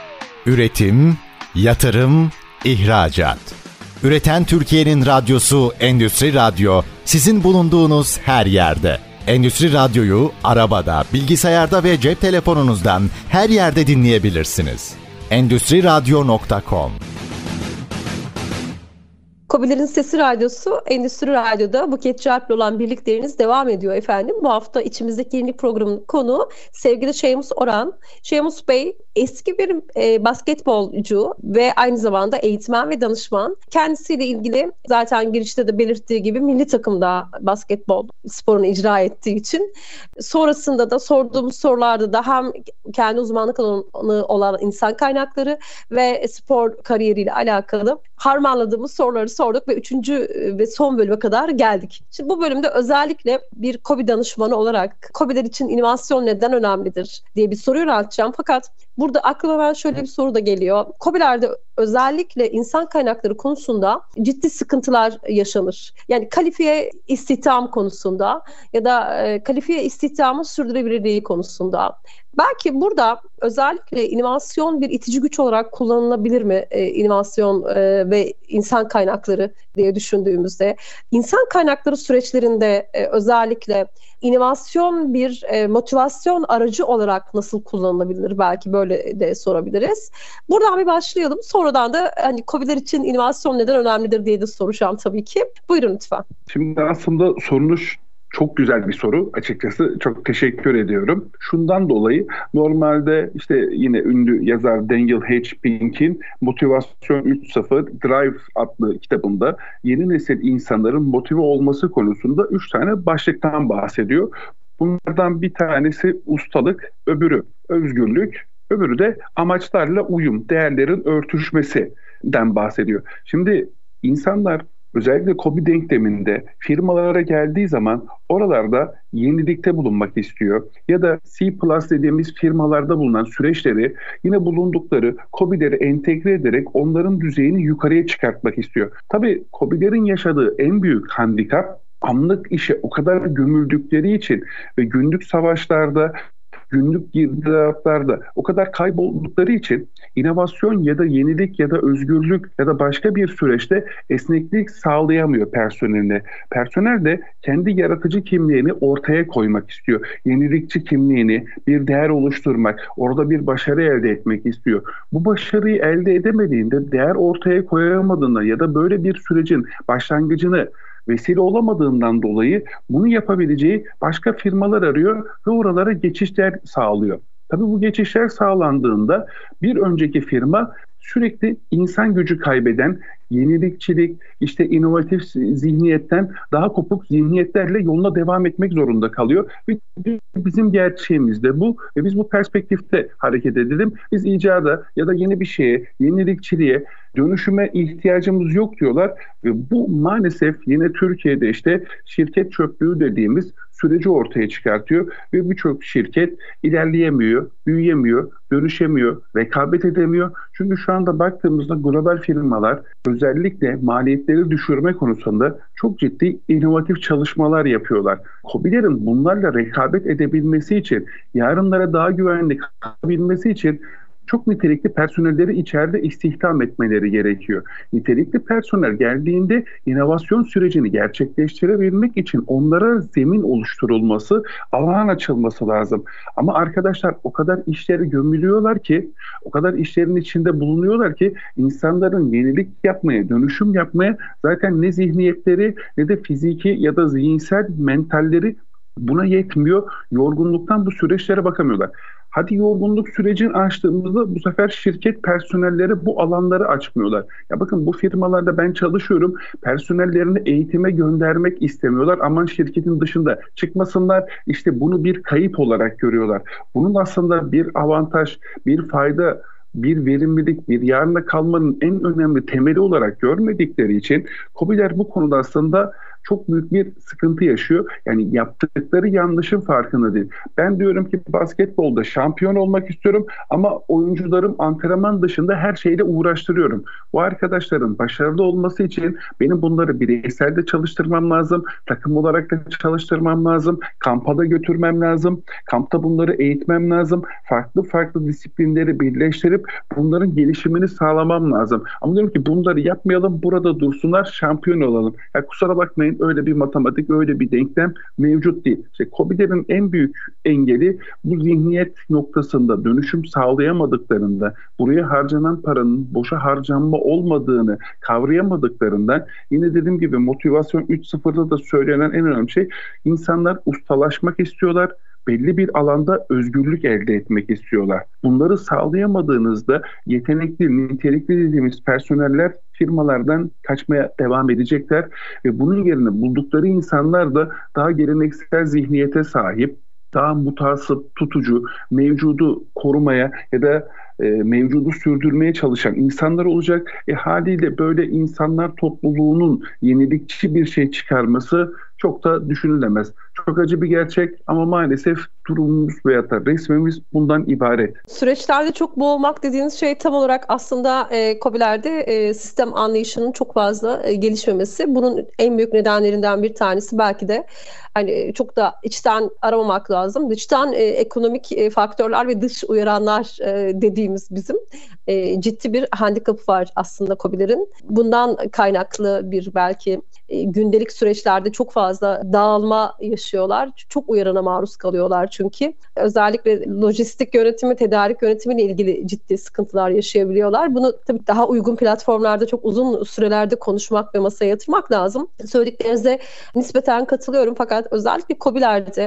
Üretim, yatırım, ihracat. Üreten Türkiye'nin radyosu Endüstri Radyo sizin bulunduğunuz her yerde. Endüstri Radyo'yu arabada, bilgisayarda ve cep telefonunuzdan her yerde dinleyebilirsiniz. Endüstriradyo.com KOBİ'lerin Sesi Radyosu, Endüstri Radyo'da Buket Çarp'le olan birlikleriniz devam ediyor efendim. Bu hafta içimizdeki yenilik programının konuğu sevgili Şeymus Oran. Şeymus Bey eski bir basketbolcu ve aynı zamanda eğitmen ve danışman. Kendisiyle ilgili zaten girişte de belirttiği gibi milli takımda basketbol sporunu icra ettiği için sonrasında da sorduğumuz sorularda da hem kendi uzmanlık alanı olan insan kaynakları ve spor kariyeriyle alakalı harmanladığımız soruları sorduk ve 3. ve son bölüme kadar geldik. Şimdi bu bölümde özellikle bir KOBİ danışmanı olarak KOBİ'ler için inovasyon neden önemlidir diye bir soru yönelteceğim. Fakat burada aklıma ben şöyle bir soru da geliyor. KOBİ'lerde özellikle insan kaynakları konusunda ciddi sıkıntılar yaşanır. Yani kalifiye istihdam konusunda ya da kalifiye istihdamın sürdürülebilirliği konusunda. Belki burada özellikle inovasyon bir itici güç olarak kullanılabilir mi? İnovasyon ve insan kaynakları diye düşündüğümüzde. İnsan kaynakları süreçlerinde özellikle inovasyon bir motivasyon aracı olarak nasıl kullanılabilir? Belki böyle de sorabiliriz. Buradan bir başlayalım. Sonradan da hani KOBİ'ler için inovasyon neden önemlidir diye de soracağım tabii ki. Buyurun lütfen. Şimdi aslında sorunuz çok güzel bir soru açıkçası. Çok teşekkür ediyorum. Şundan dolayı normalde işte yine ünlü yazar Daniel H. Pink'in Motivasyon 3.0 Drive adlı kitabında yeni nesil insanların motive olması konusunda 3 tane başlıktan bahsediyor. Bunlardan bir tanesi ustalık, öbürü özgürlük, öbürü de amaçlarla uyum, değerlerin örtüşmesinden bahsediyor. Şimdi insanlar özellikle KOBİ denkleminde firmalara geldiği zaman oralarda yenilikte bulunmak istiyor. Ya da C+ dediğimiz firmalarda bulunan süreçleri yine bulundukları KOBİ'leri entegre ederek onların düzeyini yukarıya çıkartmak istiyor. Tabii KOBİ'lerin yaşadığı en büyük handikap anlık işe o kadar gömüldükleri için ve günlük savaşlarda, günlük girdaplarda o kadar kayboldukları için inovasyon ya da yenilik ya da özgürlük ya da başka bir süreçte esneklik sağlayamıyor personeline. Personel de kendi yaratıcı kimliğini ortaya koymak istiyor. Yenilikçi kimliğini, bir değer oluşturmak, orada bir başarı elde etmek istiyor. Bu başarıyı elde edemediğinde, değer ortaya koyamadığında ya da böyle bir sürecin başlangıcını vesile olamadığından dolayı bunu yapabileceği başka firmalar arıyor ve oralara geçişler sağlıyor. Tabii bu geçişler sağlandığında bir önceki firma sürekli insan gücü kaybeden, yenilikçilik, işte inovatif zihniyetten daha kopuk zihniyetlerle yoluna devam etmek zorunda kalıyor. Ve bizim gerçeğimiz de bu ve biz bu perspektifte hareket edelim. Biz icada ya da yeni bir şeye, yenilikçiliğe, dönüşüme ihtiyacımız yok diyorlar ve bu maalesef yine Türkiye'de işte şirket çöplüğü dediğimiz süreci ortaya çıkartıyor ve birçok şirket ilerleyemiyor, büyüyemiyor, dönüşemiyor, rekabet edemiyor. Çünkü şu anda baktığımızda global firmalar özellikle maliyetleri düşürme konusunda çok ciddi inovatif çalışmalar yapıyorlar. KOBİ'lerin bunlarla rekabet edebilmesi için, yarınlara daha güvenli kalabilmesi için çok nitelikli personelleri içeride istihdam etmeleri gerekiyor. Nitelikli personel geldiğinde inovasyon sürecini gerçekleştirebilmek için onlara zemin oluşturulması, alan açılması lazım. Ama arkadaşlar o kadar işleri gömülüyorlar ki, o kadar işlerin içinde bulunuyorlar ki insanların yenilik yapmaya, dönüşüm yapmaya zaten ne zihniyetleri ne de fiziki ya da zihinsel mentalleri buna yetmiyor. Yorgunluktan bu süreçlere bakamıyorlar. Hadi yorgunluk sürecini açtığımızda bu sefer şirket personelleri bu alanları açmıyorlar. Ya bakın bu firmalarda ben çalışıyorum. Personellerini eğitime göndermek istemiyorlar. Aman şirketin dışında çıkmasınlar. İşte bunu bir kayıp olarak görüyorlar. Bunun aslında bir avantaj, bir fayda, bir verimlilik, bir yarına kalmanın en önemli temeli olarak görmedikleri için KOBİ'ler bu konuda aslında çok büyük bir sıkıntı yaşıyor. Yani yaptıkları yanlışın farkında değil. Ben diyorum ki basketbolda şampiyon olmak istiyorum ama oyuncularım antrenman dışında her şeyle uğraştırıyorum. Bu arkadaşların başarılı olması için benim bunları bireysel de çalıştırmam lazım. Takım olarak da çalıştırmam lazım. Kampa da götürmem lazım. Kampta bunları eğitmem lazım. Farklı farklı disiplinleri birleştirip bunların gelişimini sağlamam lazım. Ama diyorum ki bunları yapmayalım, burada dursunlar, şampiyon olalım. Ya kusura bakmayın, Örneğin öyle bir matematik, öyle bir denklem mevcut değil. İşte KOBİ'lerin en büyük engeli bu zihniyet noktasında dönüşüm sağlayamadıklarında, buraya harcanan paranın boşa harcanma olmadığını kavrayamadıklarından, yine dediğim gibi motivasyon 3.0'da da söylenen en önemli şey, insanlar ustalaşmak istiyorlar. Belli bir alanda özgürlük elde etmek istiyorlar. Bunları sağlayamadığınızda yetenekli, nitelikli dediğimiz personeller firmalardan kaçmaya devam edecekler ve bunun yerine buldukları insanlar da daha geleneksel zihniyete sahip, daha mutasip, tutucu, mevcudu korumaya ya da mevcudu sürdürmeye çalışan insanlar olacak. Haliyle böyle insanlar topluluğunun yenilikçi bir şey çıkarması çok da düşünülemez. Çok acı bir gerçek ama maalesef durumumuz veyahut da resmimiz bundan ibaret. Süreçlerde çok boğulmak dediğiniz şey tam olarak aslında KOBİ'lerde sistem anlayışının çok fazla gelişmemesi. Bunun en büyük nedenlerinden bir tanesi belki de hani çok da içten aramamak lazım. Dıştan ekonomik faktörler ve dış uyaranlar dediğimiz bizim ciddi bir handikapı var aslında KOBİ'lerin. Bundan kaynaklı bir belki gündelik süreçlerde çok fazla dağılma yaşıyorlar. Çok uyarana maruz kalıyorlar çünkü. Özellikle lojistik yönetimi, tedarik yönetimiyle ilgili ciddi sıkıntılar yaşayabiliyorlar. Bunu tabii daha uygun platformlarda çok uzun sürelerde konuşmak ve masaya yatırmak lazım. Söylediklerinize nispeten katılıyorum fakat özellikle KOBİ'lerde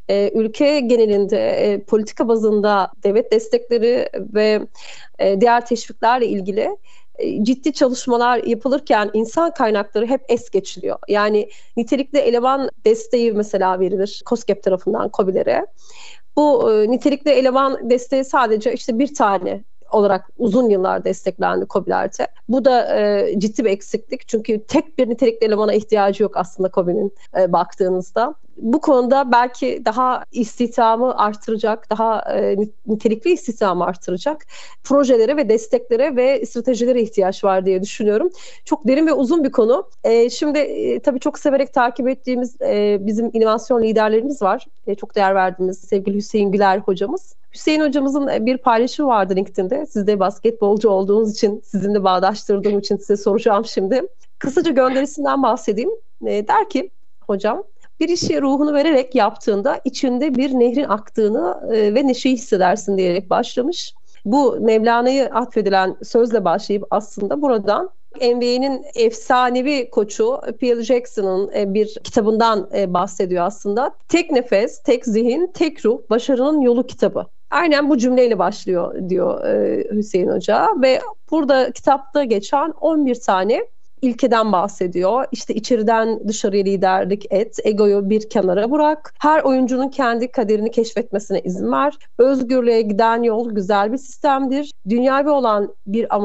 ülke genelinde politika bazında devlet destekleri ve diğer teşviklerle ilgili ciddi çalışmalar yapılırken insan kaynakları hep es geçiliyor. Yani nitelikli eleman desteği mesela verilir KOSGEB tarafından KOBİ'lere. Bu nitelikli eleman desteği sadece işte bir tane olarak uzun yıllar desteklendi KOBİ'lerde. Bu da ciddi bir eksiklik. Çünkü tek bir nitelikli elemana ihtiyacı yok aslında KOBİ'nin baktığınızda. Bu konuda belki daha istihdamı artıracak, daha nitelikli istihdamı artıracak projelere ve desteklere ve stratejilere ihtiyaç var diye düşünüyorum. Çok derin ve uzun bir konu. Şimdi tabii çok severek takip ettiğimiz bizim inovasyon liderlerimiz var. Çok değer verdiğimiz sevgili Hüseyin Güler hocamız. Hüseyin hocamızın bir paylaşımı vardı LinkedIn'de. Siz de basketbolcu olduğunuz için, sizinle bağdaştırdığım için size soracağım şimdi. Kısaca gönderisinden bahsedeyim. Der ki hocam, bir işe ruhunu vererek yaptığında içinde bir nehrin aktığını ve neşeyi hissedersin diyerek başlamış. Bu Mevlana'ya atfedilen sözle başlayıp aslında buradan NBA'nin efsanevi koçu Phil Jackson'ın bir kitabından bahsediyor aslında. Tek nefes, tek zihin, tek ruh, başarının yolu kitabı. Aynen bu cümleyle başlıyor diyor Hüseyin Hoca ve burada kitapta geçen 11 tane ilkeden bahsediyor. İşte içeriden dışarıya liderlik et, egoyu bir kenara bırak, her oyuncunun kendi kaderini keşfetmesine izin ver, özgürlüğe giden yol güzel bir sistemdir, dünyavi olanı bir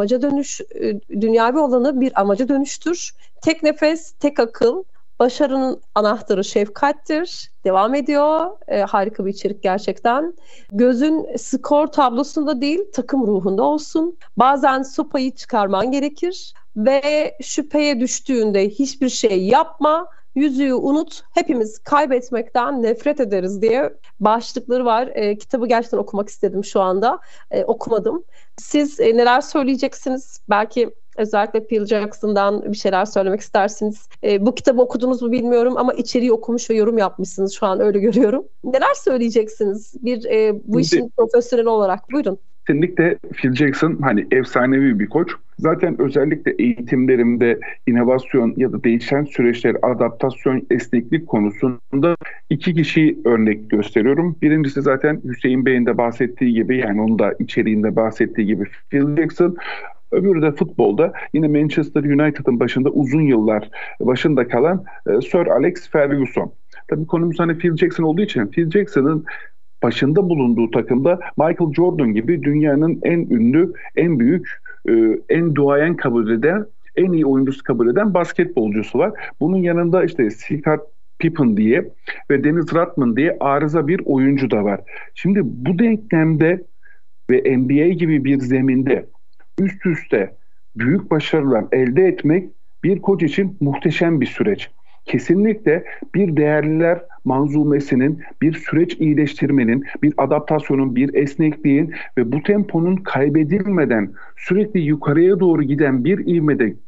amaca dönüştür, tek nefes, tek akıl, başarının anahtarı şefkattir. Devam ediyor. Harika bir içerik gerçekten. Gözün skor tablosunda değil, takım ruhunda olsun. Bazen sopayı çıkarman gerekir ve şüpheye düştüğünde hiçbir şey yapma. Yüzüğü unut. Hepimiz kaybetmekten nefret ederiz diye başlıkları var. Kitabı gerçekten okumak istedim şu anda. Okumadım. Siz neler söyleyeceksiniz? Belki özellikle Phil Jackson'dan bir şeyler söylemek istersiniz. Bu kitabı okudunuz mu bilmiyorum ama içeriği okumuş ve yorum yapmışsınız, şu an öyle görüyorum. Neler söyleyeceksiniz bu işin profesyoneli olarak? Buyurun. Kesinlikle Phil Jackson hani efsanevi bir koç. Zaten özellikle eğitimlerimde inovasyon ya da değişen süreçler, adaptasyon, esneklik konusunda iki kişi örnek gösteriyorum. Birincisi zaten Hüseyin Bey'in de bahsettiği gibi, yani onun da içeriğinde bahsettiği gibi Phil Jackson. Öbürü de futbolda yine Manchester United'ın başında uzun yıllar başında kalan Sir Alex Ferguson. Tabii konumuz hani Phil Jackson olduğu için Phil Jackson'ın başında bulunduğu takımda Michael Jordan gibi dünyanın en ünlü, en büyük, en duayen kabul eden, en iyi oyuncusu kabul eden basketbolcusu var. Bunun yanında işte Scott Pippen diye ve Dennis Rodman diye arıza bir oyuncu da var. Şimdi bu denklemde ve NBA gibi bir zeminde üst üste büyük başarılar elde etmek bir koç için muhteşem bir süreç. Kesinlikle bir değerliler manzumesinin, bir süreç iyileştirmenin, bir adaptasyonun, bir esnekliğin ve bu temponun kaybedilmeden sürekli yukarıya doğru giden bir ivmede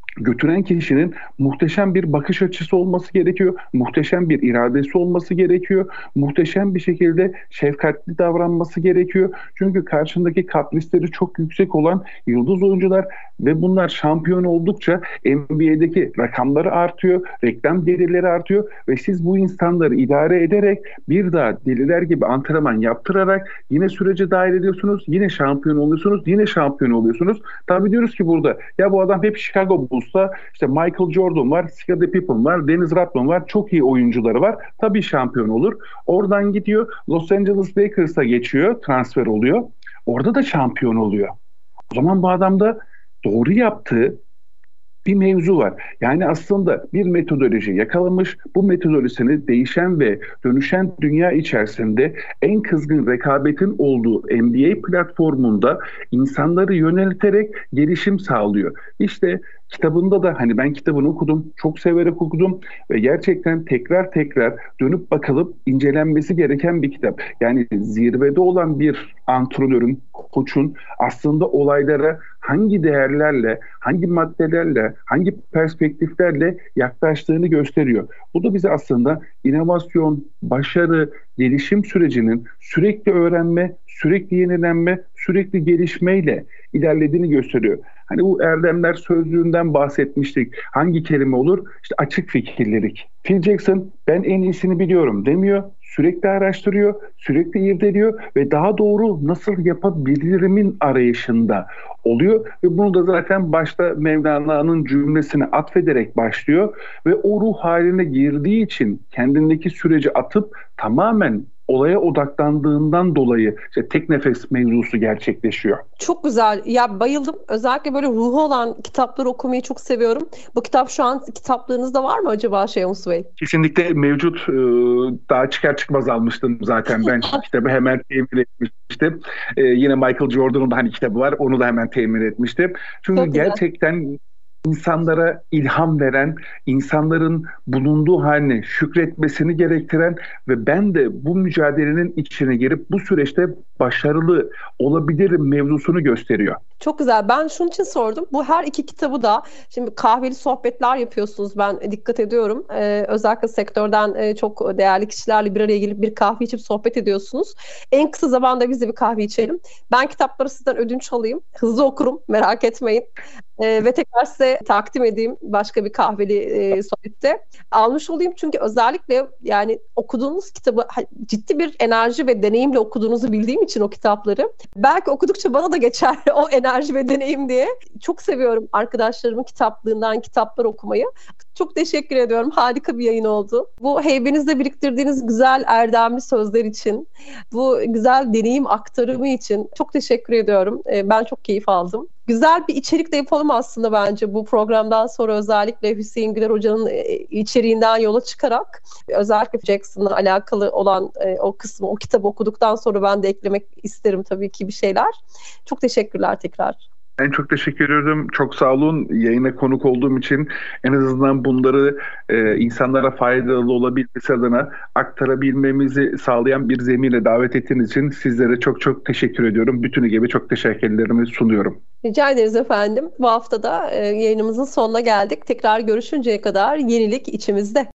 götüren kişinin muhteşem bir bakış açısı olması gerekiyor. Muhteşem bir iradesi olması gerekiyor. Muhteşem bir şekilde şefkatli davranması gerekiyor. Çünkü karşındaki kaprisleri çok yüksek olan yıldız oyuncular ve bunlar şampiyon oldukça NBA'deki rakamları artıyor, reklam gelirleri artıyor ve siz bu insanları idare ederek bir daha deliler gibi antrenman yaptırarak yine sürece dahil ediyorsunuz, yine şampiyon oluyorsunuz, yine şampiyon oluyorsunuz. Tabii diyoruz ki burada ya bu adam hep Chicago Bulls'ta işte Michael Jordan var, Scottie Pippen var, Dennis Rodman var, çok iyi oyuncuları var. Tabii şampiyon olur. Oradan gidiyor Los Angeles Lakers'a geçiyor, transfer oluyor. Orada da şampiyon oluyor. O zaman bu adamda doğru yaptığı bir mevzu var. Yani aslında bir metodoloji yakalamış, bu metodolojisini değişen ve dönüşen dünya içerisinde en kızgın rekabetin olduğu NBA platformunda insanları yönelterek gelişim sağlıyor. İşte kitabında da hani ben kitabını okudum, çok severek okudum ve gerçekten tekrar tekrar dönüp bakılıp incelenmesi gereken bir kitap. Yani zirvede olan bir antrenörün, koçun aslında olaylara hangi değerlerle, hangi maddelerle, hangi perspektiflerle yaklaştığını gösteriyor. Bu da bize aslında inovasyon, başarı, gelişim sürecinin sürekli öğrenme, sürekli yenilenme, sürekli gelişmeyle ilerlediğini gösteriyor. Hani bu erdemler sözlüğünden bahsetmiştik. Hangi kelime olur? İşte açık fikirlilik. Phil Jackson ben en iyisini biliyorum demiyor. Sürekli araştırıyor, sürekli irdeliyor ve daha doğru nasıl yapabilirimin arayışında oluyor. Ve bunu da zaten başta Mevlana'nın cümlesine atfederek başlıyor. Ve o ruh haline girdiği için kendindeki süreci atıp tamamen olaya odaklandığından dolayı işte tek nefes mevzusu gerçekleşiyor. Çok güzel. Ya bayıldım. Özellikle böyle ruhu olan kitapları okumayı çok seviyorum. Bu kitap şu an kitaplığınızda var mı acaba Şeyhmus Bey? Kesinlikle mevcut. Daha çıkar çıkmaz almıştım zaten. Ben kitabı hemen temin etmiştim. Yine Michael Jordan'ın da hani kitabı var. Onu da hemen temin etmiştim. Çünkü gerçekten insanlara ilham veren, insanların bulunduğu haline şükretmesini gerektiren ve ben de bu mücadelenin içine girip bu süreçte başarılı olabilirim mevzusunu gösteriyor. Çok güzel. Ben şunun için sordum. Bu her iki kitabı da şimdi kahveli sohbetler yapıyorsunuz. Ben dikkat ediyorum. Özellikle sektörden çok değerli kişilerle bir araya gelip bir kahve içip sohbet ediyorsunuz. En kısa zamanda biz de bir kahve içelim. Ben kitapları sizden ödünç alayım. Hızlı okurum. Merak etmeyin. Ve tekrar size takdim edeyim başka bir kahveli sohbette. Almış olayım çünkü özellikle yani okuduğunuz kitabı ciddi bir enerji ve deneyimle okuduğunuzu bildiğim için o kitapları. Belki okudukça bana da geçer o enerji ve deneyim diye. Çok seviyorum arkadaşlarımın kitaplığından kitaplar okumayı. Çok teşekkür ediyorum. Harika bir yayın oldu. Bu heybenizde biriktirdiğiniz güzel erdemli sözler için, bu güzel deneyim aktarımı için çok teşekkür ediyorum. Ben çok keyif aldım. Güzel bir içerik de yapalım aslında bence bu programdan sonra özellikle Hüseyin Güler Hoca'nın içeriğinden yola çıkarak özellikle Jackson'la alakalı olan o kısmı, o kitabı okuduktan sonra ben de eklemek isterim tabii ki bir şeyler. Çok teşekkürler tekrar. Ben çok teşekkür ediyorum. Çok sağ olun. Yayına konuk olduğum için en azından bunları insanlara faydalı olabilmesi adına aktarabilmemizi sağlayan bir zemine davet ettiğiniz için sizlere çok çok teşekkür ediyorum. Bütünü gibi çok teşekkürlerimi sunuyorum. Rica ederiz efendim. Bu hafta da yayınımızın sonuna geldik. Tekrar görüşünceye kadar yenilik içimizde.